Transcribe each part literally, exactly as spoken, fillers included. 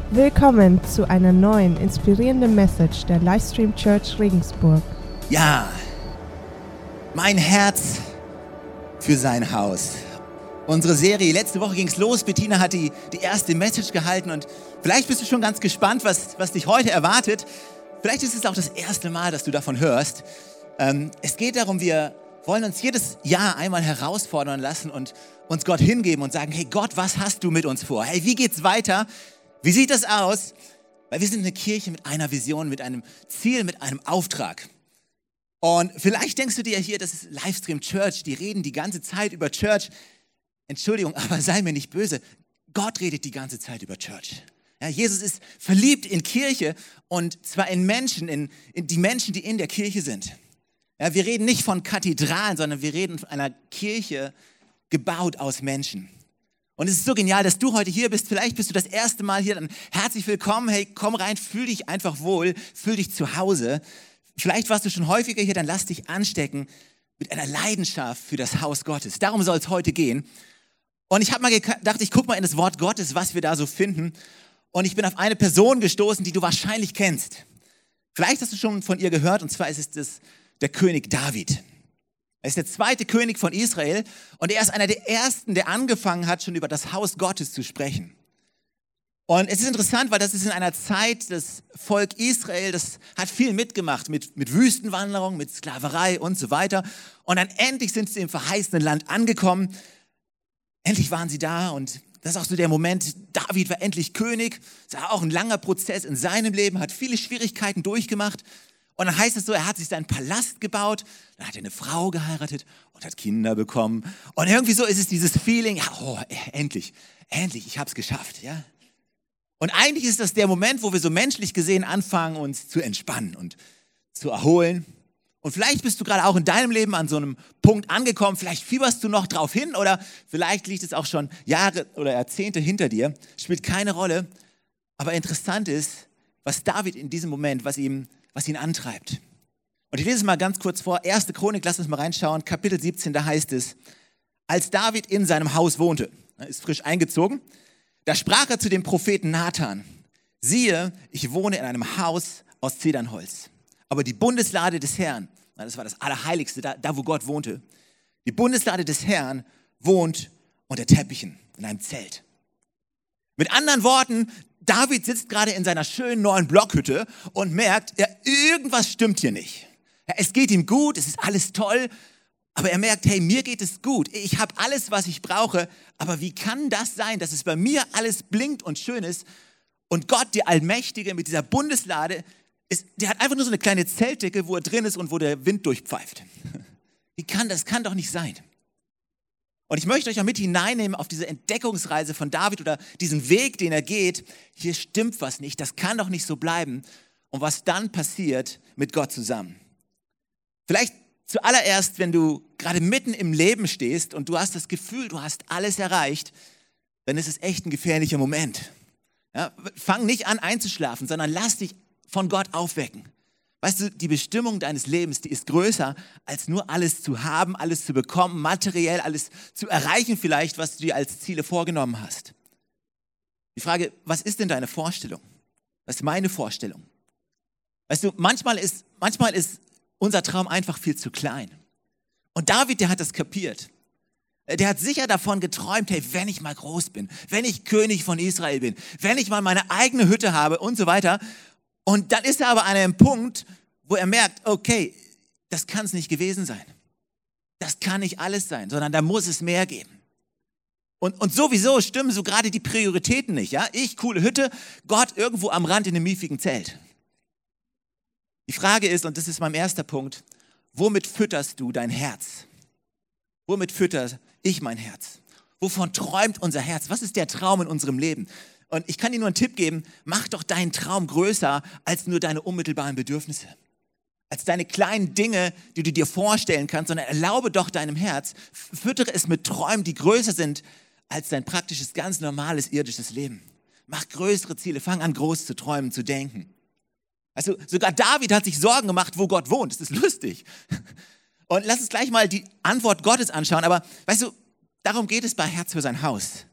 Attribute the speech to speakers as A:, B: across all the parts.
A: Willkommen zu einer neuen, inspirierenden Message der Livestream Church Regensburg.
B: Ja, mein Herz für sein Haus. Unsere Serie, letzte Woche ging es los, Bettina hat die, die erste Message gehalten und vielleicht bist du schon ganz gespannt, was, was dich heute erwartet. Vielleicht ist es auch das erste Mal, dass du davon hörst. Ähm, es geht darum, wir wollen uns jedes Jahr einmal herausfordern lassen und uns Gott hingeben und sagen, hey Gott, was hast du mit uns vor? Hey, wie geht's weiter? Wie sieht das aus? Weil wir sind eine Kirche mit einer Vision, mit einem Ziel, mit einem Auftrag. Und vielleicht denkst du dir hier, das ist Livestream Church, die reden die ganze Zeit über Church. Entschuldigung, aber sei mir nicht böse. Gott redet die ganze Zeit über Church. Ja, Jesus ist verliebt in Kirche und zwar in Menschen, in, in die Menschen, die in der Kirche sind. Ja, wir reden nicht von Kathedralen, sondern wir reden von einer Kirche gebaut aus Menschen. Und es ist so genial, dass du heute hier bist. Vielleicht bist du das erste Mal hier, dann herzlich willkommen. Hey, komm rein, fühl dich einfach wohl, fühl dich zu Hause. Vielleicht warst du schon häufiger hier, dann lass dich anstecken mit einer Leidenschaft für das Haus Gottes. Darum soll es heute gehen. Und ich habe mal gedacht, ich gucke mal in das Wort Gottes, was wir da so finden. Und ich bin auf eine Person gestoßen, die du wahrscheinlich kennst. Vielleicht hast du schon von ihr gehört, und zwar ist es das, der König David. Er ist der zweite König von Israel und er ist einer der ersten, der angefangen hat, schon über das Haus Gottes zu sprechen. Und es ist interessant, weil das ist in einer Zeit, das Volk Israel, das hat viel mitgemacht mit, mit Wüstenwanderung, mit Sklaverei und so weiter. Und dann endlich sind sie im verheißenen Land angekommen. Endlich waren sie da und das ist auch so der Moment, David war endlich König. Das war auch ein langer Prozess in seinem Leben, hat viele Schwierigkeiten durchgemacht. Und dann heißt es so, er hat sich seinen Palast gebaut, dann hat er eine Frau geheiratet und hat Kinder bekommen. Und irgendwie so ist es dieses Feeling, ja, oh, endlich, endlich, ich habe es geschafft. Ja? Und eigentlich ist das der Moment, wo wir so menschlich gesehen anfangen, uns zu entspannen und zu erholen. Und vielleicht bist du gerade auch in deinem Leben an so einem Punkt angekommen, vielleicht fieberst du noch drauf hin oder vielleicht liegt es auch schon Jahre oder Jahrzehnte hinter dir, spielt keine Rolle. Aber interessant ist, was David in diesem Moment, was ihm was ihn antreibt. Und ich lese es mal ganz kurz vor. Erste Chronik, lass uns mal reinschauen. Kapitel siebzehn, da heißt es, als David in seinem Haus wohnte, er ist frisch eingezogen, da sprach er zu dem Propheten Nathan, siehe, ich wohne in einem Haus aus Zedernholz. Aber die Bundeslade des Herrn, das war das Allerheiligste, da, da wo Gott wohnte, die Bundeslade des Herrn wohnt unter Teppichen in einem Zelt. Mit anderen Worten, David sitzt gerade in seiner schönen neuen Blockhütte und merkt, ja, irgendwas stimmt hier nicht. Ja, es geht ihm gut, es ist alles toll, aber er merkt, hey, mir geht es gut. Ich habe alles, was ich brauche, aber wie kann das sein, dass es bei mir alles blinkt und schön ist und Gott, der Allmächtige mit dieser Bundeslade, ist, der hat einfach nur so eine kleine Zeltdecke, wo er drin ist und wo der Wind durchpfeift. Wie kann das? Kann doch nicht sein. Und ich möchte euch auch mit hineinnehmen auf diese Entdeckungsreise von David oder diesen Weg, den er geht. Hier stimmt was nicht, das kann doch nicht so bleiben. Und was dann passiert mit Gott zusammen. Vielleicht zuallererst, wenn du gerade mitten im Leben stehst und du hast das Gefühl, du hast alles erreicht, dann ist es echt ein gefährlicher Moment. Ja, fang nicht an einzuschlafen, sondern lass dich von Gott aufwecken. Weißt du, die Bestimmung deines Lebens, die ist größer, als nur alles zu haben, alles zu bekommen, materiell alles zu erreichen vielleicht, was du dir als Ziele vorgenommen hast. Die Frage, was ist denn deine Vorstellung? Was ist meine Vorstellung? Weißt du, manchmal ist, manchmal ist unser Traum einfach viel zu klein. Und David, der hat das kapiert. Der hat sicher davon geträumt, hey, wenn ich mal groß bin, wenn ich König von Israel bin, wenn ich mal meine eigene Hütte habe und so weiter. Und dann ist er aber an einem Punkt, wo er merkt, okay, das kann es nicht gewesen sein. Das kann nicht alles sein, sondern da muss es mehr geben. Und, und sowieso stimmen so gerade die Prioritäten nicht. Ja? Ich, coole Hütte, Gott irgendwo am Rand in einem miefigen Zelt. Die Frage ist, und das ist mein erster Punkt, womit fütterst du dein Herz? Womit fütter ich mein Herz? Wovon träumt unser Herz? Was ist der Traum in unserem Leben? Und ich kann dir nur einen Tipp geben, mach doch deinen Traum größer als nur deine unmittelbaren Bedürfnisse. Als deine kleinen Dinge, die du dir vorstellen kannst, sondern erlaube doch deinem Herz, füttere es mit Träumen, die größer sind als dein praktisches, ganz normales irdisches Leben. Mach größere Ziele, fang an groß zu träumen, zu denken. Also sogar David hat sich Sorgen gemacht, wo Gott wohnt. Das ist lustig. Und lass uns gleich mal die Antwort Gottes anschauen. Aber weißt du, darum geht es bei Herz für sein Haus.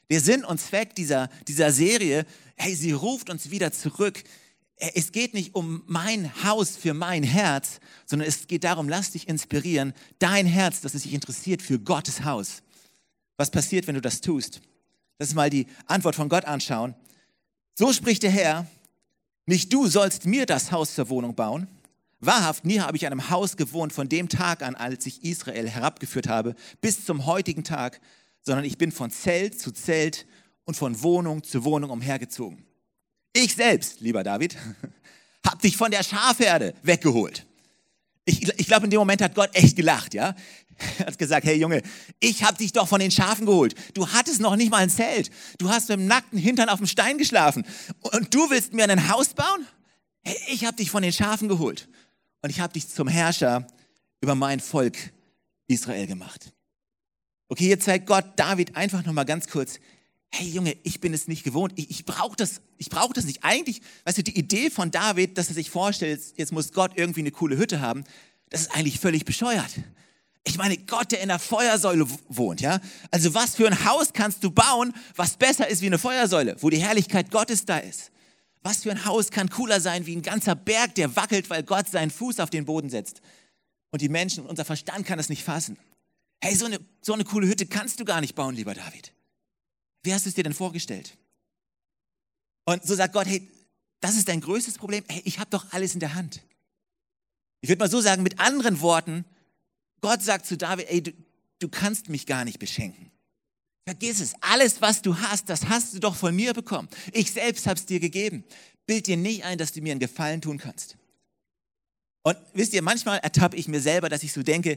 B: Der Sinn und Zweck dieser, dieser Serie, hey, sie ruft uns wieder zurück. Es geht nicht um mein Haus für mein Herz, sondern es geht darum, lass dich inspirieren, dein Herz, das es sich interessiert für Gottes Haus. Was passiert, wenn du das tust? Lass uns mal die Antwort von Gott anschauen. So spricht der Herr, nicht du sollst mir das Haus zur Wohnung bauen. Wahrhaft, nie habe ich in einem Haus gewohnt von dem Tag an, als ich Israel herabgeführt habe, bis zum heutigen Tag, sondern ich bin von Zelt zu Zelt und von Wohnung zu Wohnung umhergezogen. Ich selbst, lieber David, habe dich von der Schafherde weggeholt. Ich, ich glaube, in dem Moment hat Gott echt gelacht, ja? Er hat gesagt, hey Junge, ich habe dich doch von den Schafen geholt. Du hattest noch nicht mal ein Zelt. Du hast mit dem nackten Hintern auf dem Stein geschlafen. Und du willst mir ein Haus bauen? Hey, ich habe dich von den Schafen geholt. Und ich habe dich zum Herrscher über mein Volk Israel gemacht. Okay, hier zeigt Gott David einfach nochmal ganz kurz, hey Junge, ich bin es nicht gewohnt, ich, ich brauche das, ich brauche das nicht. Eigentlich, weißt du, die Idee von David, dass er sich vorstellt, jetzt muss Gott irgendwie eine coole Hütte haben, das ist eigentlich völlig bescheuert. Ich meine, Gott, der in der Feuersäule wohnt, ja? Also was für ein Haus kannst du bauen, was besser ist wie eine Feuersäule, wo die Herrlichkeit Gottes da ist? Was für ein Haus kann cooler sein wie ein ganzer Berg, der wackelt, weil Gott seinen Fuß auf den Boden setzt? Und die Menschen, unser Verstand kann das nicht fassen. Hey, so eine, so eine coole Hütte kannst du gar nicht bauen, lieber David. Wie hast du es dir denn vorgestellt? Und so sagt Gott, hey, das ist dein größtes Problem. Hey, ich habe doch alles in der Hand. Ich würde mal so sagen, mit anderen Worten, Gott sagt zu David, ey, du, du kannst mich gar nicht beschenken. Vergiss es, alles, was du hast, das hast du doch von mir bekommen. Ich selbst habe es dir gegeben. Bild dir nicht ein, dass du mir einen Gefallen tun kannst. Und wisst ihr, manchmal ertappe ich mir selber, dass ich so denke,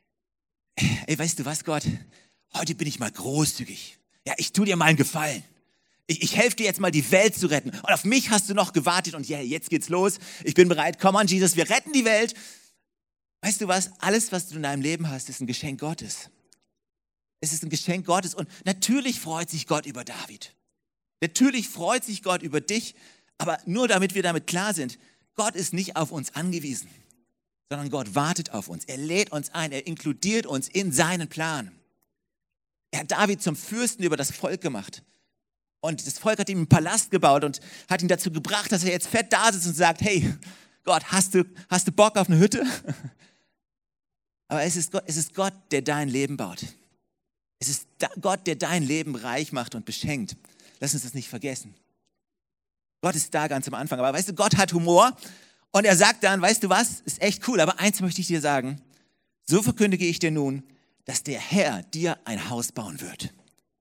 B: ey, weißt du was, Gott, heute bin ich mal großzügig. Ja, ich tue dir mal einen Gefallen. Ich, ich helfe dir jetzt mal, die Welt zu retten. Und auf mich hast du noch gewartet und ja, yeah, jetzt geht's los. Ich bin bereit. Komm an, Jesus, wir retten die Welt. Weißt du was? Alles, was du in deinem Leben hast, ist ein Geschenk Gottes. Es ist ein Geschenk Gottes. Und natürlich freut sich Gott über David. Natürlich freut sich Gott über dich. Aber nur damit wir damit klar sind, Gott ist nicht auf uns angewiesen, sondern Gott wartet auf uns. Er lädt uns ein. Er inkludiert uns in seinen Plan. Er hat David zum Fürsten über das Volk gemacht. Und das Volk hat ihm einen Palast gebaut und hat ihn dazu gebracht, dass er jetzt fett da sitzt und sagt, hey, Gott, hast du, hast du Bock auf eine Hütte? Aber es ist Gott, es ist Gott, der dein Leben baut. Es ist Gott, der dein Leben reich macht und beschenkt. Lass uns das nicht vergessen. Gott ist da ganz am Anfang. Aber weißt du, Gott hat Humor und er sagt dann, weißt du was, ist echt cool, aber eins möchte ich dir sagen, so verkündige ich dir nun, dass der Herr dir ein Haus bauen wird.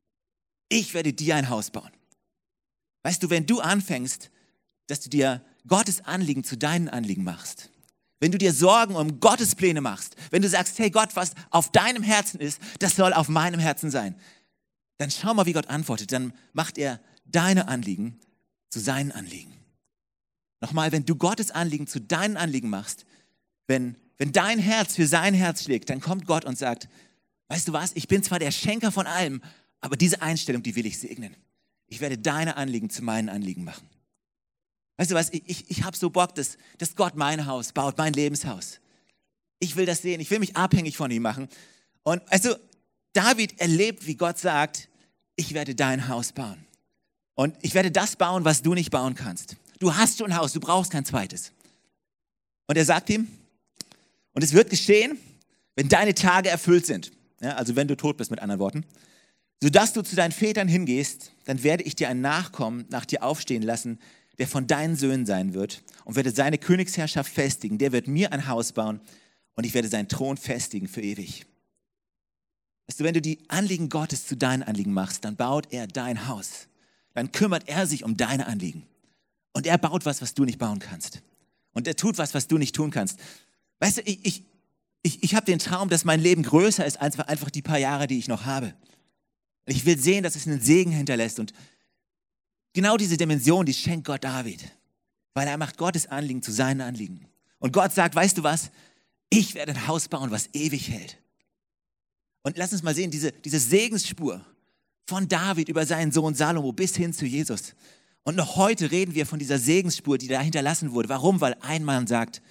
B: Ich werde dir ein Haus bauen. Weißt du, wenn du anfängst, dass du dir Gottes Anliegen zu deinen Anliegen machst, wenn du dir Sorgen um Gottes Pläne machst, wenn du sagst, hey Gott, was auf deinem Herzen ist, das soll auf meinem Herzen sein, dann schau mal, wie Gott antwortet. Dann macht er deine Anliegen zu seinen Anliegen. Nochmal, wenn du Gottes Anliegen zu deinen Anliegen machst, wenn, wenn dein Herz für sein Herz schlägt, dann kommt Gott und sagt, weißt du was, ich bin zwar der Schenker von allem, aber diese Einstellung, die will ich segnen. Ich werde deine Anliegen zu meinen Anliegen machen. Weißt du was, ich, ich, ich habe so Bock, dass, dass Gott mein Haus baut, mein Lebenshaus. Ich will das sehen, ich will mich abhängig von ihm machen. Und also David erlebt, wie Gott sagt, ich werde dein Haus bauen. Und ich werde das bauen, was du nicht bauen kannst. Du hast schon ein Haus, du brauchst kein zweites. Und er sagt ihm, und es wird geschehen, wenn deine Tage erfüllt sind. Ja, also wenn du tot bist, mit anderen Worten. Sodass du zu deinen Vätern hingehst, dann werde ich dir einen Nachkommen nach dir aufstehen lassen, der von deinen Söhnen sein wird und werde seine Königsherrschaft festigen. Der wird mir ein Haus bauen und ich werde seinen Thron festigen für ewig. Weißt du, wenn du die Anliegen Gottes zu deinen Anliegen machst, dann baut er dein Haus. Dann kümmert er sich um deine Anliegen. Und er baut was, was du nicht bauen kannst. Und er tut was, was du nicht tun kannst. Weißt du, ich, ich, ich, ich habe den Traum, dass mein Leben größer ist als einfach die paar Jahre, die ich noch habe. Ich will sehen, dass es einen Segen hinterlässt. Und genau diese Dimension, die schenkt Gott David. Weil er macht Gottes Anliegen zu seinen Anliegen. Und Gott sagt, weißt du was? Ich werde ein Haus bauen, was ewig hält. Und lass uns mal sehen, diese, diese Segensspur von David über seinen Sohn Salomo bis hin zu Jesus. Und noch heute reden wir von dieser Segensspur, die da hinterlassen wurde. Warum? Weil ein Mann sagt,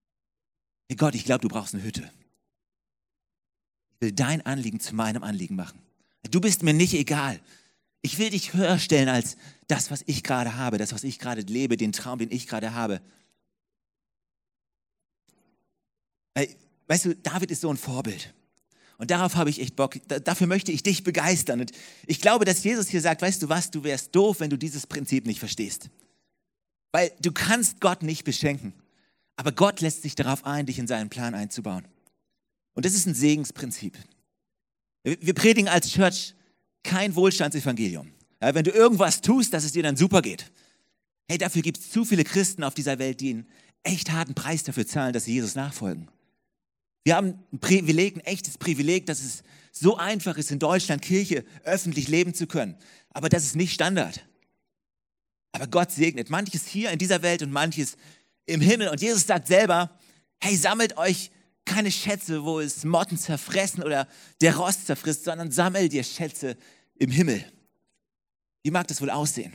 B: hey Gott, ich glaube, du brauchst eine Hütte. Ich will dein Anliegen zu meinem Anliegen machen. Du bist mir nicht egal. Ich will dich höher stellen als das, was ich gerade habe, das, was ich gerade lebe, den Traum, den ich gerade habe. Weißt du, David ist so ein Vorbild. Und darauf habe ich echt Bock. Dafür möchte ich dich begeistern. Und ich glaube, dass Jesus hier sagt, weißt du was, du wärst doof, wenn du dieses Prinzip nicht verstehst. Weil du kannst Gott nicht beschenken. Aber Gott lässt sich darauf ein, dich in seinen Plan einzubauen. Und das ist ein Segensprinzip. Wir predigen als Church kein Wohlstandsevangelium. Ja, wenn du irgendwas tust, dass es dir dann super geht. Hey, dafür gibt es zu viele Christen auf dieser Welt, die einen echt harten Preis dafür zahlen, dass sie Jesus nachfolgen. Wir haben ein Privileg, ein echtes Privileg, dass es so einfach ist, in Deutschland Kirche öffentlich leben zu können. Aber das ist nicht Standard. Aber Gott segnet manches hier in dieser Welt und manches im Himmel. Und Jesus sagt selber, hey, sammelt euch keine Schätze, wo es Motten zerfressen oder der Rost zerfrisst, sondern sammelt dir Schätze im Himmel. Wie mag das wohl aussehen?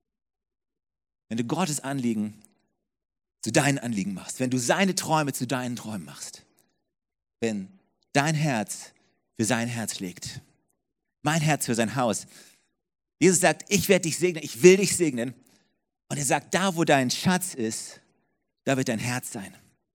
B: Wenn du Gottes Anliegen zu deinen Anliegen machst, wenn du seine Träume zu deinen Träumen machst, wenn dein Herz für sein Herz schlägt, mein Herz für sein Haus. Jesus sagt, ich werde dich segnen, ich will dich segnen. Und er sagt, da wo dein Schatz ist, da wird dein Herz sein.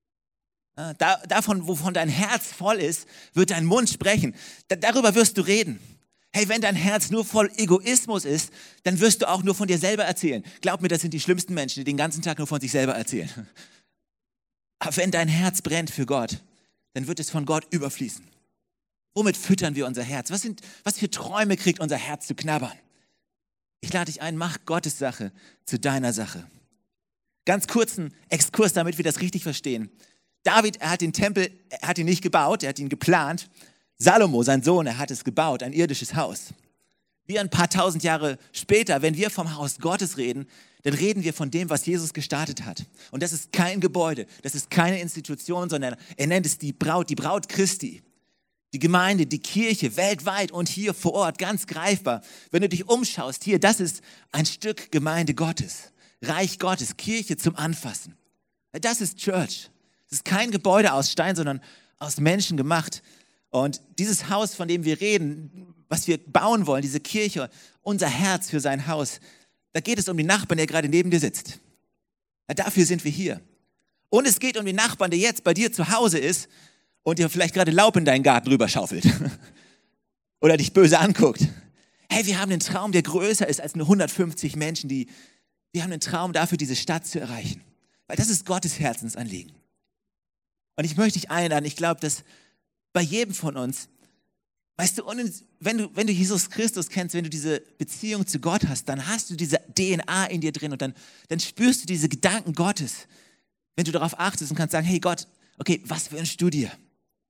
B: Da, davon, wovon dein Herz voll ist, wird dein Mund sprechen. Da, darüber wirst du reden. Hey, wenn dein Herz nur voll Egoismus ist, dann wirst du auch nur von dir selber erzählen. Glaub mir, das sind die schlimmsten Menschen, die den ganzen Tag nur von sich selber erzählen. Aber wenn dein Herz brennt für Gott, dann wird es von Gott überfließen. Womit füttern wir unser Herz? Was, sind, was für Träume kriegt unser Herz zu knabbern? Ich lade dich ein, mach Gottes Sache zu deiner Sache. Ganz kurzen Exkurs, damit wir das richtig verstehen. David, er hat den Tempel, er hat ihn nicht gebaut, er hat ihn geplant. Salomo, sein Sohn, er hat es gebaut, ein irdisches Haus. Wir ein paar tausend Jahre später, wenn wir vom Haus Gottes reden, dann reden wir von dem, was Jesus gestartet hat. Und das ist kein Gebäude, das ist keine Institution, sondern er nennt es die Braut, die Braut Christi. Die Gemeinde, die Kirche, weltweit und hier vor Ort, ganz greifbar. Wenn du dich umschaust, hier, das ist ein Stück Gemeinde Gottes, Reich Gottes, Kirche zum Anfassen. Das ist Church. Es ist kein Gebäude aus Stein, sondern aus Menschen gemacht. Und dieses Haus, von dem wir reden, was wir bauen wollen, diese Kirche, unser Herz für sein Haus, da geht es um den Nachbarn, der gerade neben dir sitzt. Ja, dafür sind wir hier. Und es geht um den Nachbarn, der jetzt bei dir zu Hause ist und dir vielleicht gerade Laub in deinen Garten rüberschaufelt oder dich böse anguckt. Hey, wir haben einen Traum, der größer ist als nur hundertfünfzig Menschen, die, wir haben einen Traum dafür, diese Stadt zu erreichen. Weil das ist Gottes Herzensanliegen. Und ich möchte dich einladen, ich glaube, dass bei jedem von uns, weißt du, wenn du, wenn du Jesus Christus kennst, wenn du diese Beziehung zu Gott hast, dann hast du diese D N A in dir drin und dann, dann spürst du diese Gedanken Gottes. Wenn du darauf achtest und kannst sagen, hey Gott, okay, was wünschst du dir?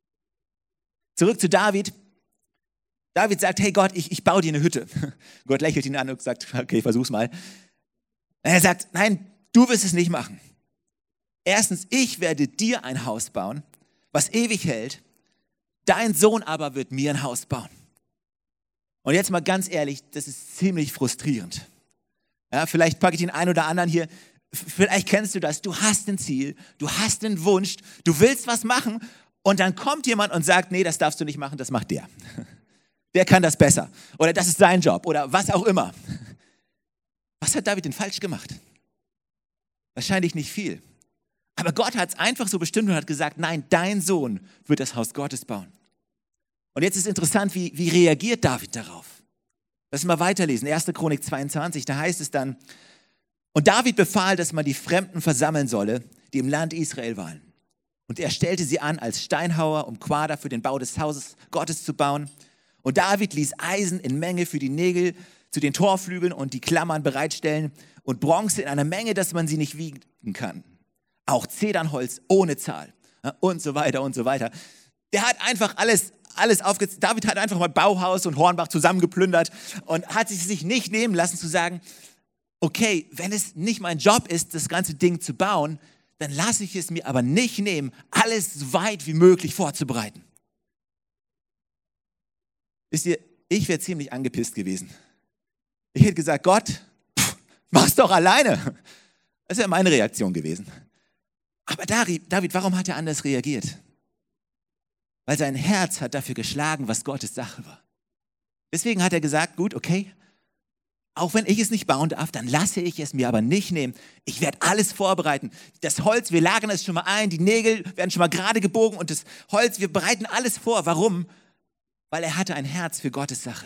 B: Zurück zu David. David sagt, hey Gott, ich, ich baue dir eine Hütte. Gott lächelt ihn an und sagt, okay, versuch's mal. Er sagt, nein, du wirst es nicht machen. Erstens, ich werde dir ein Haus bauen, was ewig hält. Dein Sohn aber wird mir ein Haus bauen. Und jetzt mal ganz ehrlich, das ist ziemlich frustrierend. Ja, vielleicht packe ich den einen oder anderen hier, vielleicht kennst du das, du hast ein Ziel, du hast einen Wunsch, du willst was machen und dann kommt jemand und sagt, nee, das darfst du nicht machen, das macht der. Der kann das besser oder das ist sein Job oder was auch immer. Was hat David denn falsch gemacht? Wahrscheinlich nicht viel. Aber Gott hat es einfach so bestimmt und hat gesagt, nein, dein Sohn wird das Haus Gottes bauen. Und jetzt ist interessant, wie, wie reagiert David darauf? Lass uns mal weiterlesen. erste Chronik zweiundzwanzig, da heißt es dann, und David befahl, dass man die Fremden versammeln solle, die im Land Israel waren. Und er stellte sie an als Steinhauer, um Quader für den Bau des Hauses Gottes zu bauen. Und David ließ Eisen in Menge für die Nägel zu den Torflügeln und die Klammern bereitstellen und Bronze in einer Menge, dass man sie nicht wiegen kann. Auch Zedernholz ohne Zahl und so weiter und so weiter. Der hat einfach alles, alles aufgezählt. David hat einfach mal Bauhaus und Hornbach zusammengeplündert und hat es sich nicht nehmen lassen zu sagen, okay, wenn es nicht mein Job ist, das ganze Ding zu bauen, dann lasse ich es mir aber nicht nehmen, alles so weit wie möglich vorzubereiten. Wisst ihr, ich wäre ziemlich angepisst gewesen. Ich hätte gesagt, Gott, pff, mach's doch alleine. Das wäre meine Reaktion gewesen. Aber David, warum hat er anders reagiert? Weil sein Herz hat dafür geschlagen, was Gottes Sache war. Deswegen hat er gesagt, gut, okay, auch wenn ich es nicht bauen darf, dann lasse ich es mir aber nicht nehmen. Ich werde alles vorbereiten. Das Holz, wir lagern es schon mal ein, die Nägel werden schon mal gerade gebogen und das Holz, wir bereiten alles vor. Warum? Weil er hatte ein Herz für Gottes Sache.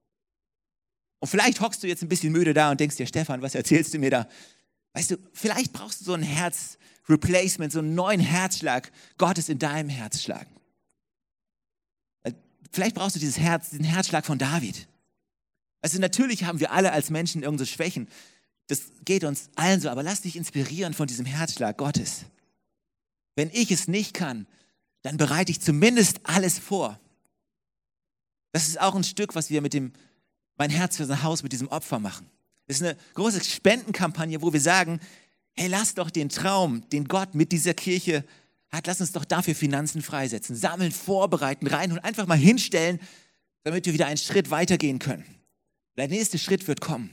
B: Und vielleicht hockst du jetzt ein bisschen müde da und denkst dir, Stefan, was erzählst du mir da? Weißt du, vielleicht brauchst du so ein Herz-Replacement, so einen neuen Herzschlag, Gottes in deinem Herz schlagen. Vielleicht brauchst du dieses Herz, diesen Herzschlag von David. Also natürlich haben wir alle als Menschen irgendwo Schwächen. Das geht uns allen so, aber lass dich inspirieren von diesem Herzschlag Gottes. Wenn ich es nicht kann, dann bereite ich zumindest alles vor. Das ist auch ein Stück, was wir mit dem Mein Herz für sein Haus, mit diesem Opfer machen. Das ist eine große Spendenkampagne, wo wir sagen, hey, lass doch den Traum, den Gott mit dieser Kirche hat, lass uns doch dafür Finanzen freisetzen, sammeln, vorbereiten, rein und einfach mal hinstellen, damit wir wieder einen Schritt weitergehen können. Der nächste Schritt wird kommen.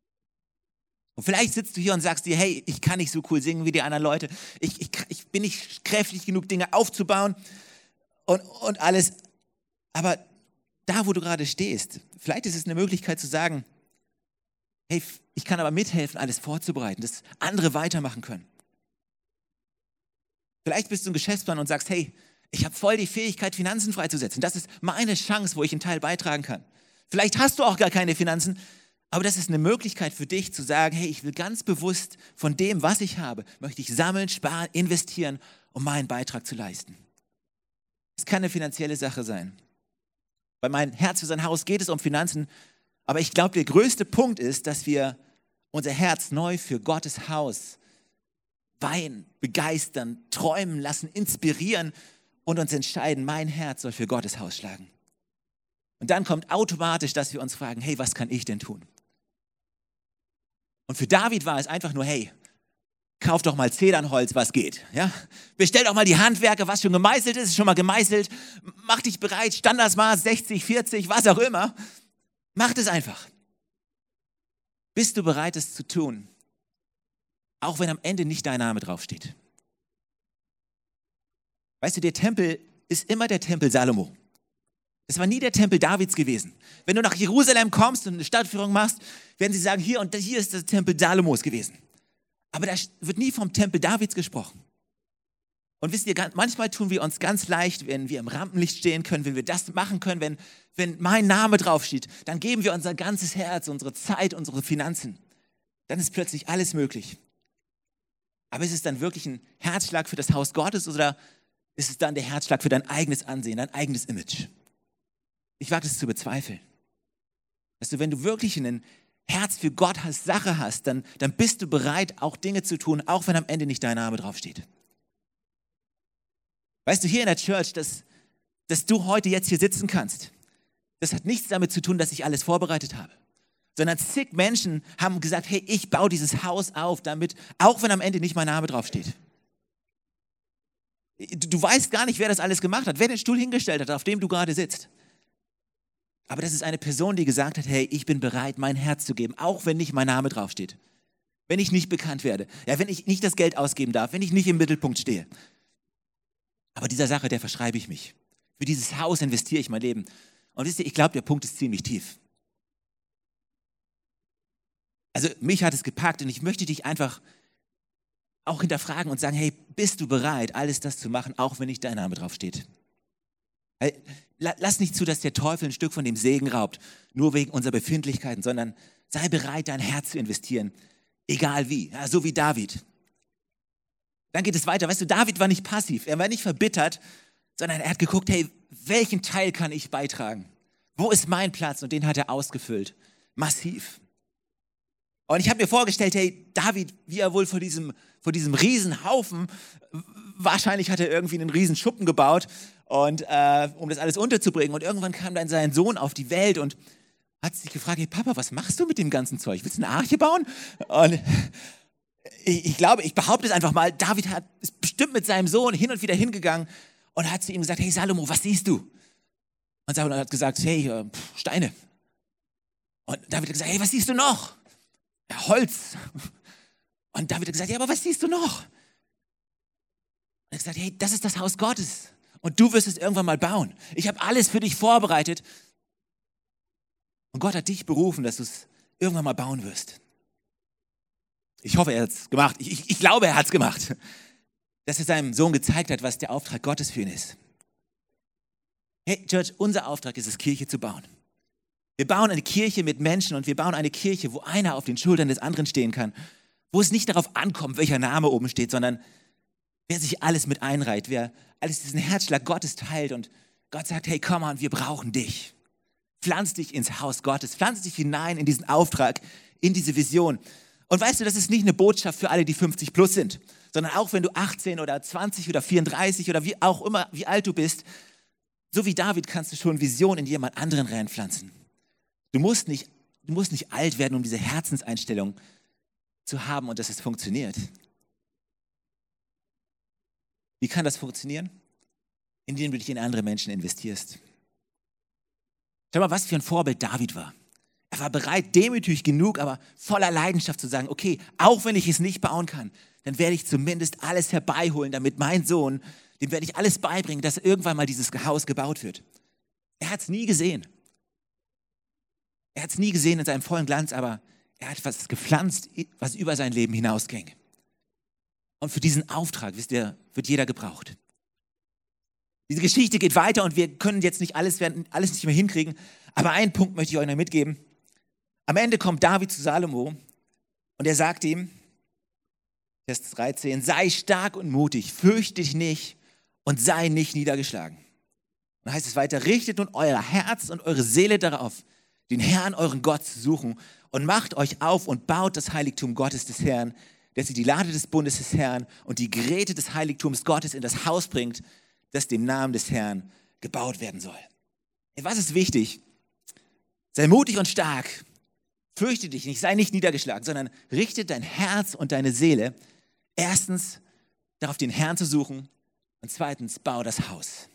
B: Und vielleicht sitzt du hier und sagst dir, hey, ich kann nicht so cool singen wie die anderen Leute. Ich, ich, ich bin nicht kräftig genug, Dinge aufzubauen und, und alles. Aber da, wo du gerade stehst, vielleicht ist es eine Möglichkeit zu sagen, hey, ich kann aber mithelfen, alles vorzubereiten, dass andere weitermachen können. Vielleicht bist du ein Geschäftsmann und sagst, hey, ich habe voll die Fähigkeit, Finanzen freizusetzen. Das ist meine Chance, wo ich einen Teil beitragen kann. Vielleicht hast du auch gar keine Finanzen, aber das ist eine Möglichkeit für dich zu sagen, hey, ich will ganz bewusst von dem, was ich habe, möchte ich sammeln, sparen, investieren, um meinen Beitrag zu leisten. Es kann eine finanzielle Sache sein. Bei Mein Herz für sein Haus geht es um Finanzen, aber ich glaube, der größte Punkt ist, dass wir unser Herz neu für Gottes Haus weihen, begeistern, träumen lassen, inspirieren und uns entscheiden, mein Herz soll für Gottes Haus schlagen. Und dann kommt automatisch, dass wir uns fragen, hey, was kann ich denn tun? Und für David war es einfach nur, hey, kauf doch mal Zedernholz, was geht. Ja? Bestell doch mal die Handwerker, was schon gemeißelt ist, ist schon mal gemeißelt. Mach dich bereit, Standardsmaß sechzig, vierzig, was auch immer. Mach das einfach. Bist du bereit, es zu tun? Auch wenn am Ende nicht dein Name draufsteht. Weißt du, der Tempel ist immer der Tempel Salomo. Es war nie der Tempel Davids gewesen. Wenn du nach Jerusalem kommst und eine Stadtführung machst, werden sie sagen, hier und hier ist der Tempel Salomos gewesen. Aber da wird nie vom Tempel Davids gesprochen. Und wisst ihr, manchmal tun wir uns ganz leicht, wenn wir im Rampenlicht stehen können, wenn wir das machen können, wenn, wenn mein Name draufsteht, dann geben wir unser ganzes Herz, unsere Zeit, unsere Finanzen. Dann ist plötzlich alles möglich. Aber ist es dann wirklich ein Herzschlag für das Haus Gottes oder ist es dann der Herzschlag für dein eigenes Ansehen, dein eigenes Image? Ich wage es zu bezweifeln. Dass du, wenn du wirklich ein Herz für Gott als Sache hast, dann, dann bist du bereit, auch Dinge zu tun, auch wenn am Ende nicht dein Name draufsteht. Weißt du, hier in der Church, dass, dass du heute jetzt hier sitzen kannst, das hat nichts damit zu tun, dass ich alles vorbereitet habe. Sondern zig Menschen haben gesagt, hey, ich baue dieses Haus auf, damit, auch wenn am Ende nicht mein Name draufsteht. Du, du weißt gar nicht, wer das alles gemacht hat, wer den Stuhl hingestellt hat, auf dem du gerade sitzt. Aber das ist eine Person, die gesagt hat, hey, ich bin bereit, mein Herz zu geben, auch wenn nicht mein Name draufsteht. Wenn ich nicht bekannt werde, ja, wenn ich nicht das Geld ausgeben darf, wenn ich nicht im Mittelpunkt stehe. Aber dieser Sache, der verschreibe ich mich. Für dieses Haus investiere ich mein Leben. Und wisst ihr, ich glaube, der Punkt ist ziemlich tief. Also mich hat es gepackt und ich möchte dich einfach auch hinterfragen und sagen, hey, bist du bereit, alles das zu machen, auch wenn nicht dein Name draufsteht? Hey, lass nicht zu, dass der Teufel ein Stück von dem Segen raubt, nur wegen unserer Befindlichkeiten, sondern sei bereit, dein Herz zu investieren, egal wie, ja, so wie David. Dann geht es weiter. Weißt du, David war nicht passiv, er war nicht verbittert, sondern er hat geguckt, hey, welchen Teil kann ich beitragen? Wo ist mein Platz? Und den hat er ausgefüllt. Massiv. Und ich habe mir vorgestellt, hey, David, wie er wohl vor diesem, vor diesem Riesenhaufen, wahrscheinlich hat er irgendwie einen Riesenschuppen gebaut, und äh, um das alles unterzubringen. Und irgendwann kam dann sein Sohn auf die Welt und hat sich gefragt, hey Papa, was machst du mit dem ganzen Zeug? Willst du eine Arche bauen? Und ich, ich glaube, ich behaupte es einfach mal, David hat, ist bestimmt mit seinem Sohn hin und wieder hingegangen und hat zu ihm gesagt, hey Salomo, was siehst du? Und Salomo hat gesagt, hey, äh, Steine. Und David hat gesagt, hey, was siehst du noch? Ja, Holz. Und David hat gesagt, ja, aber was siehst du noch? Und er hat gesagt, hey, das ist das Haus Gottes. Und du wirst es irgendwann mal bauen. Ich habe alles für dich vorbereitet. Und Gott hat dich berufen, dass du es irgendwann mal bauen wirst. Ich hoffe, er hat es gemacht. Ich, ich, ich glaube, er hat es gemacht. Dass er seinem Sohn gezeigt hat, was der Auftrag Gottes für ihn ist. Hey, Church, unser Auftrag ist es, Kirche zu bauen. Wir bauen eine Kirche mit Menschen und wir bauen eine Kirche, wo einer auf den Schultern des anderen stehen kann, wo es nicht darauf ankommt, welcher Name oben steht, sondern wer sich alles mit einreiht, wer alles diesen Herzschlag Gottes teilt und Gott sagt, hey, komm on, wir brauchen dich. Pflanz dich ins Haus Gottes, pflanz dich hinein in diesen Auftrag, in diese Vision. Und weißt du, das ist nicht eine Botschaft für alle, die fünfzig plus sind, sondern auch wenn du achtzehn oder zwanzig oder vierunddreißig oder wie auch immer, wie alt du bist, so wie David kannst du schon Vision in jemand anderen reinpflanzen. Du musst nicht, du musst nicht alt werden, um diese Herzenseinstellung zu haben und dass es funktioniert. Wie kann das funktionieren? Indem du dich in andere Menschen investierst. Schau mal, was für ein Vorbild David war. Er war bereit, demütig genug, aber voller Leidenschaft zu sagen, okay, auch wenn ich es nicht bauen kann, dann werde ich zumindest alles herbeiholen, damit mein Sohn, dem werde ich alles beibringen, dass irgendwann mal dieses Haus gebaut wird. Er hat es nie gesehen. Er hat es nie gesehen in seinem vollen Glanz, aber er hat was gepflanzt, was über sein Leben hinausging. Und für diesen Auftrag, wisst ihr, wird jeder gebraucht. Diese Geschichte geht weiter und wir können jetzt nicht alles, werden alles nicht mehr hinkriegen, aber einen Punkt möchte ich euch noch mitgeben. Am Ende kommt David zu Salomo und er sagt ihm, Vers dreizehn, sei stark und mutig, fürchte dich nicht und sei nicht niedergeschlagen. Und dann heißt es weiter, richtet nun euer Herz und eure Seele darauf, den Herrn, euren Gott zu suchen und macht euch auf und baut das Heiligtum Gottes des Herrn, dass ihr die Lade des Bundes des Herrn und die Geräte des Heiligtums Gottes in das Haus bringt, das dem Namen des Herrn gebaut werden soll. Was ist wichtig? Sei mutig und stark. Fürchte dich nicht, sei nicht niedergeschlagen, sondern richte dein Herz und deine Seele erstens darauf, den Herrn zu suchen und zweitens, bau das Haus.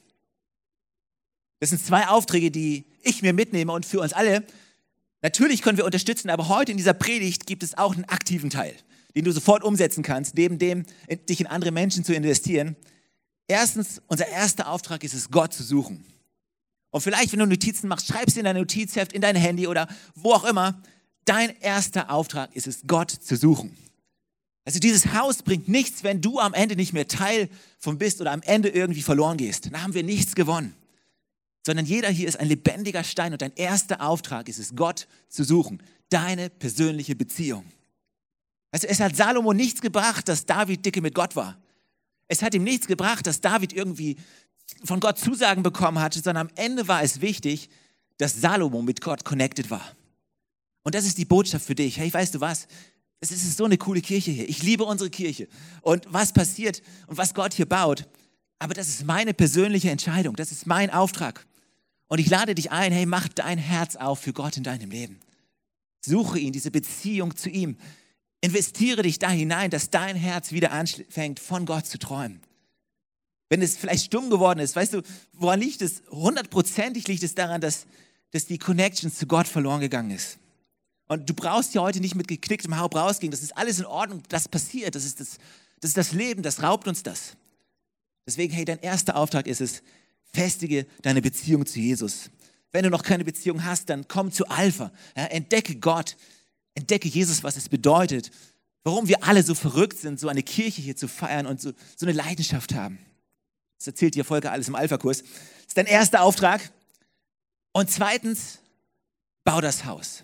B: Das sind zwei Aufträge, die ich mir mitnehme und für uns alle. Natürlich können wir unterstützen, aber heute in dieser Predigt gibt es auch einen aktiven Teil, den du sofort umsetzen kannst, neben dem, dich in andere Menschen zu investieren. Erstens, unser erster Auftrag ist es, Gott zu suchen. Und vielleicht, wenn du Notizen machst, schreib sie in dein Notizheft, in dein Handy oder wo auch immer. Dein erster Auftrag ist es, Gott zu suchen. Also dieses Haus bringt nichts, wenn du am Ende nicht mehr Teil von bist oder am Ende irgendwie verloren gehst. Dann haben wir nichts gewonnen. Sondern jeder hier ist ein lebendiger Stein und dein erster Auftrag ist es, Gott zu suchen. Deine persönliche Beziehung. Also es hat Salomo nichts gebracht, dass David dicke mit Gott war. Es hat ihm nichts gebracht, dass David irgendwie von Gott Zusagen bekommen hatte, sondern am Ende war es wichtig, dass Salomo mit Gott connected war. Und das ist die Botschaft für dich. Hey, weißt du was? Es ist so eine coole Kirche hier. Ich liebe unsere Kirche. Und was passiert und was Gott hier baut, aber das ist meine persönliche Entscheidung. Das ist mein Auftrag. Und ich lade dich ein, hey, mach dein Herz auf für Gott in deinem Leben. Suche ihn, diese Beziehung zu ihm. Investiere dich da hinein, dass dein Herz wieder anfängt, von Gott zu träumen. Wenn es vielleicht stumm geworden ist, weißt du, woran liegt es? Hundertprozentig liegt es daran, dass, dass die Connection zu Gott verloren gegangen ist. Und du brauchst ja heute nicht mit geknicktem Haupt rausgehen. Das ist alles in Ordnung, das passiert. Das ist das, das ist das Leben, das raubt uns das. Deswegen, hey, dein erster Auftrag ist es, festige deine Beziehung zu Jesus. Wenn du noch keine Beziehung hast, dann komm zu Alpha. Ja, entdecke Gott. Entdecke Jesus, was es bedeutet. Warum wir alle so verrückt sind, so eine Kirche hier zu feiern und so, so eine Leidenschaft haben. Das erzählt dir Volker alles im Alpha-Kurs. Das ist dein erster Auftrag. Und zweitens, bau das Haus.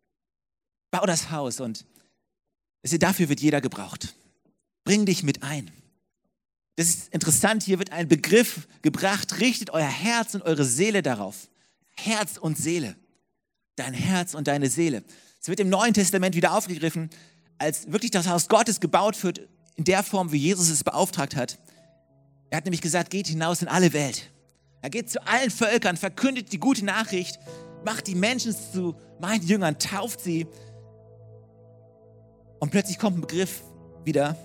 B: Bau das Haus und dafür wird jeder gebraucht. Bring dich mit ein. Das ist interessant, hier wird ein Begriff gebracht, richtet euer Herz und eure Seele darauf. Herz und Seele. Dein Herz und deine Seele. Es wird im Neuen Testament wieder aufgegriffen, als wirklich das Haus Gottes gebaut wird, in der Form, wie Jesus es beauftragt hat. Er hat nämlich gesagt, geht hinaus in alle Welt. Er geht zu allen Völkern, verkündet die gute Nachricht, macht die Menschen zu meinen Jüngern, tauft sie. Und plötzlich kommt ein Begriff wieder.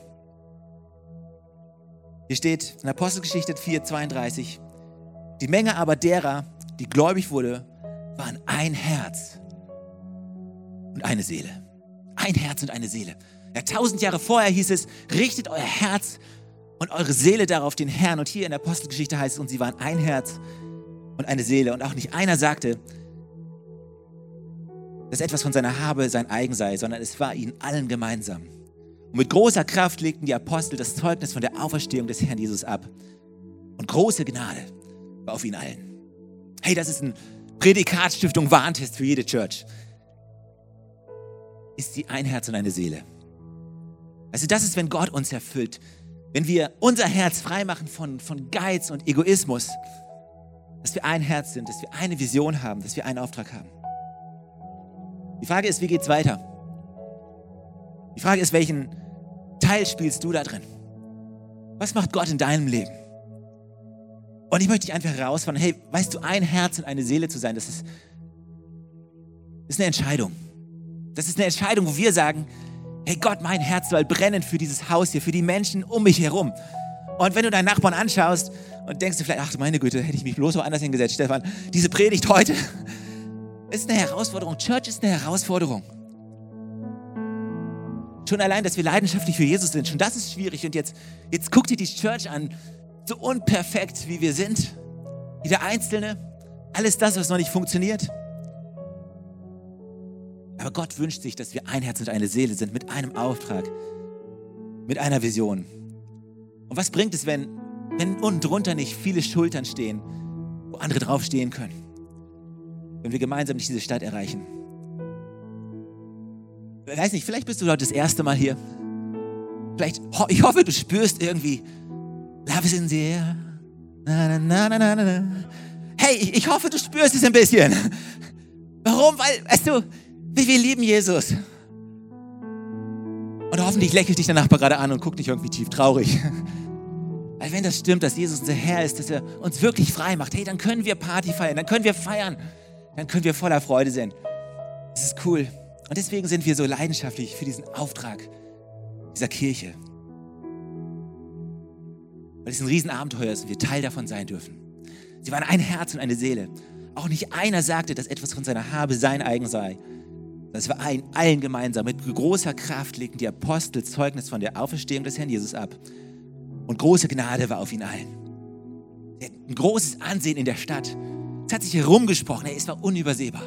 B: Hier steht in Apostelgeschichte vier, zweiunddreißig. Die Menge aber derer, die gläubig wurde, waren ein Herz und eine Seele. Ein Herz und eine Seele. Ja, tausend Jahre vorher hieß es, richtet euer Herz und eure Seele darauf den Herrn. Und hier in der Apostelgeschichte heißt es, und sie waren ein Herz und eine Seele. Und auch nicht einer sagte, dass etwas von seiner Habe sein eigen sei, sondern es war ihnen allen gemeinsam. Und mit großer Kraft legten die Apostel das Zeugnis von der Auferstehung des Herrn Jesus ab. Und große Gnade war auf ihnen allen. Hey, das ist ein Prädikatstiftung Warntest für jede Church. Ist sie ein Herz und eine Seele? Also das ist, wenn Gott uns erfüllt. Wenn wir unser Herz freimachen von, von Geiz und Egoismus, dass wir ein Herz sind, dass wir eine Vision haben, dass wir einen Auftrag haben. Die Frage ist, wie geht's weiter? Die Frage ist, welchen Teil spielst du da drin? Was macht Gott in deinem Leben? Und ich möchte dich einfach herausfordern, hey, weißt du, ein Herz und eine Seele zu sein, das ist, das ist eine Entscheidung. Das ist eine Entscheidung, wo wir sagen, hey Gott, mein Herz soll brennen für dieses Haus hier, für die Menschen um mich herum. Und wenn du deinen Nachbarn anschaust und denkst du vielleicht, ach meine Güte, hätte ich mich bloß woanders hingesetzt, Stefan, diese Predigt heute ist eine Herausforderung. Church ist eine Herausforderung. Schon allein, dass wir leidenschaftlich für Jesus sind, schon das ist schwierig. Und jetzt, jetzt guck dir die Church an, so unperfekt wie wir sind. Jeder Einzelne, alles das, was noch nicht funktioniert. Aber Gott wünscht sich, dass wir ein Herz und eine Seele sind, mit einem Auftrag, mit einer Vision. Und was bringt es, wenn, wenn unten drunter nicht viele Schultern stehen, wo andere draufstehen können? Wenn wir gemeinsam nicht diese Stadt erreichen. Ich weiß nicht, vielleicht bist du heute das erste Mal hier. Vielleicht, ich hoffe, du spürst irgendwie, Love is in the air. Na, na, na, na, na. Hey, ich, ich hoffe, du spürst es ein bisschen. Warum? Weil, weißt du, wir, wir lieben Jesus. Und hoffentlich lächelt dich der Nachbar gerade an und guckt nicht irgendwie tief traurig. Weil wenn das stimmt, dass Jesus unser Herr ist, dass er uns wirklich frei macht, hey, dann können wir Party feiern, dann können wir feiern, dann können wir voller Freude sein. Das ist cool. Und deswegen sind wir so leidenschaftlich für diesen Auftrag dieser Kirche. Weil es ein Riesenabenteuer ist und wir Teil davon sein dürfen. Sie waren ein Herz und eine Seele. Auch nicht einer sagte, dass etwas von seiner Habe sein eigen sei. Das war allen, allen gemeinsam. Mit großer Kraft legten die Apostel Zeugnis von der Auferstehung des Herrn Jesus ab. Und große Gnade war auf ihn allen. Sie hatten ein großes Ansehen in der Stadt. Es hat sich herumgesprochen, hey, es war unübersehbar.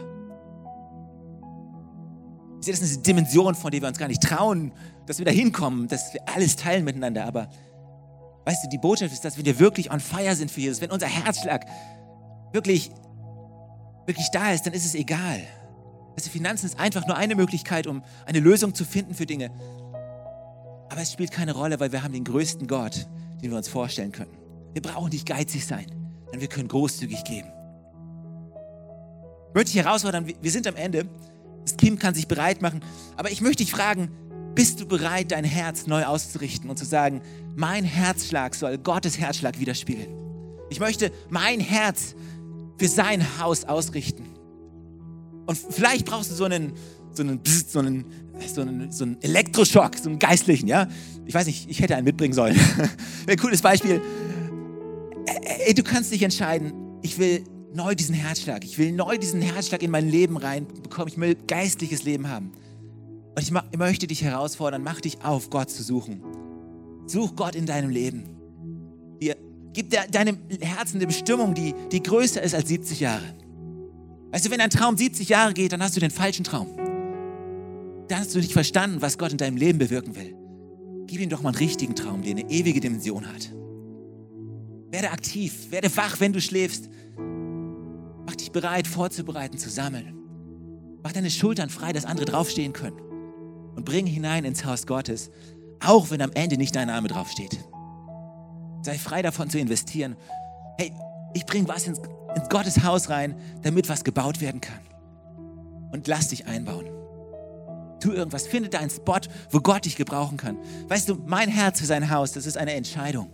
B: Das ist eine Dimension, von der wir uns gar nicht trauen, dass wir da hinkommen, dass wir alles teilen miteinander. Aber weißt du, die Botschaft ist, dass wenn wir wirklich on fire sind für Jesus, wenn unser Herzschlag wirklich, wirklich da ist, dann ist es egal. Also Finanzen ist einfach nur eine Möglichkeit, um eine Lösung zu finden für Dinge. Aber es spielt keine Rolle, weil wir haben den größten Gott, den wir uns vorstellen können. Wir brauchen nicht geizig sein, denn wir können großzügig geben. Ich möchte dich herausfordern, wir sind am Ende. Das Team kann sich bereit machen. Aber ich möchte dich fragen, bist du bereit, dein Herz neu auszurichten und zu sagen, mein Herzschlag soll Gottes Herzschlag widerspiegeln. Ich möchte mein Herz für sein Haus ausrichten. Und vielleicht brauchst du so einen, so einen, so einen, so einen, so einen Elektroschock, so einen geistlichen, ja? Ich weiß nicht, ich hätte einen mitbringen sollen. Ein cooles Beispiel. Ey, du kannst dich entscheiden, ich will neu diesen Herzschlag, ich will neu diesen Herzschlag in mein Leben reinbekommen, ich will geistliches Leben haben. Und ich, ma- ich möchte dich herausfordern, mach dich auf, Gott zu suchen. Such Gott in deinem Leben. Dir, gib de- deinem Herzen eine Bestimmung, die, die größer ist als siebzig Jahre. Weißt du, wenn dein Traum siebzig Jahre geht, dann hast du den falschen Traum. Dann hast du nicht verstanden, was Gott in deinem Leben bewirken will. Gib ihm doch mal einen richtigen Traum, der eine ewige Dimension hat. Werde aktiv, werde wach, wenn du schläfst. Mach dich bereit, vorzubereiten, zu sammeln. Mach deine Schultern frei, dass andere draufstehen können. Und bring hinein ins Haus Gottes, auch wenn am Ende nicht dein Name draufsteht. Sei frei davon zu investieren. Hey, ich bringe was ins, ins Gottes Haus rein, damit was gebaut werden kann. Und lass dich einbauen. Tu irgendwas, finde deinen Spot, wo Gott dich gebrauchen kann. Weißt du, mein Herz für sein Haus, das ist eine Entscheidung.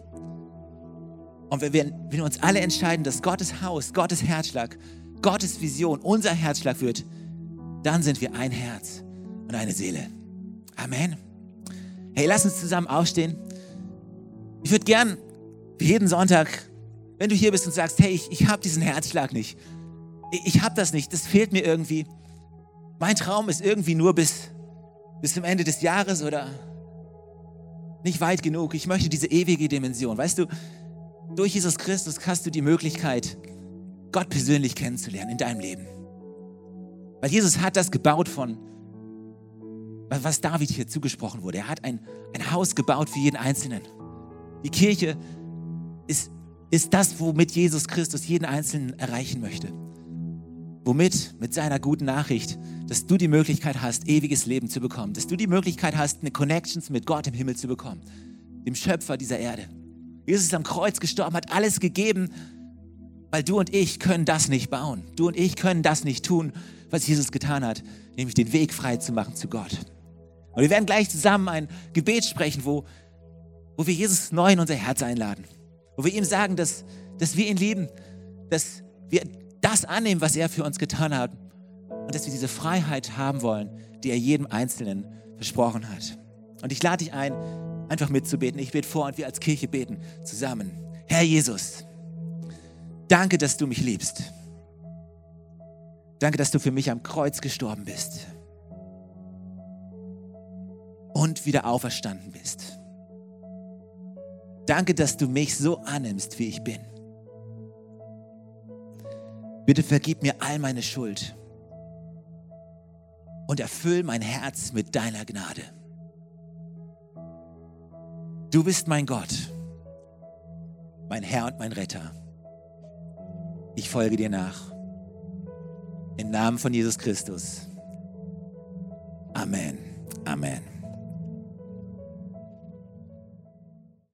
B: Und wenn wir, wenn wir uns alle entscheiden, dass Gottes Haus, Gottes Herzschlag, Gottes Vision unser Herzschlag wird, dann sind wir ein Herz und eine Seele. Amen. Hey, lass uns zusammen aufstehen. Ich würde gern jeden Sonntag, wenn du hier bist und sagst, hey, ich, ich habe diesen Herzschlag nicht. Ich, ich habe das nicht, das fehlt mir irgendwie. Mein Traum ist irgendwie nur bis, bis zum Ende des Jahres oder nicht weit genug. Ich möchte diese ewige Dimension. Weißt du, durch Jesus Christus hast du die Möglichkeit, Gott persönlich kennenzulernen in deinem Leben. Weil Jesus hat das gebaut von, was David hier zugesprochen wurde. Er hat ein, ein Haus gebaut für jeden Einzelnen. Die Kirche ist, ist das, womit Jesus Christus jeden Einzelnen erreichen möchte. Womit? Mit seiner guten Nachricht, dass du die Möglichkeit hast, ewiges Leben zu bekommen. Dass du die Möglichkeit hast, eine Connections mit Gott im Himmel zu bekommen. Dem Schöpfer dieser Erde. Jesus ist am Kreuz gestorben, hat alles gegeben, weil du und ich können das nicht bauen. Du und ich können das nicht tun, was Jesus getan hat, nämlich den Weg frei zu machen zu Gott. Und wir werden gleich zusammen ein Gebet sprechen, wo, wo wir Jesus neu in unser Herz einladen. Wo wir ihm sagen, dass, dass wir ihn lieben, dass wir das annehmen, was er für uns getan hat und dass wir diese Freiheit haben wollen, die er jedem Einzelnen versprochen hat. Und ich lade dich ein, einfach mitzubeten. Ich bete vor und wir als Kirche beten zusammen. Herr Jesus, danke, dass du mich liebst. Danke, dass du für mich am Kreuz gestorben bist und wieder auferstanden bist. Danke, dass du mich so annimmst, wie ich bin. Bitte vergib mir all meine Schuld und erfüll mein Herz mit deiner Gnade. Du bist mein Gott, mein Herr und mein Retter. Ich folge dir nach. Im Namen von Jesus Christus.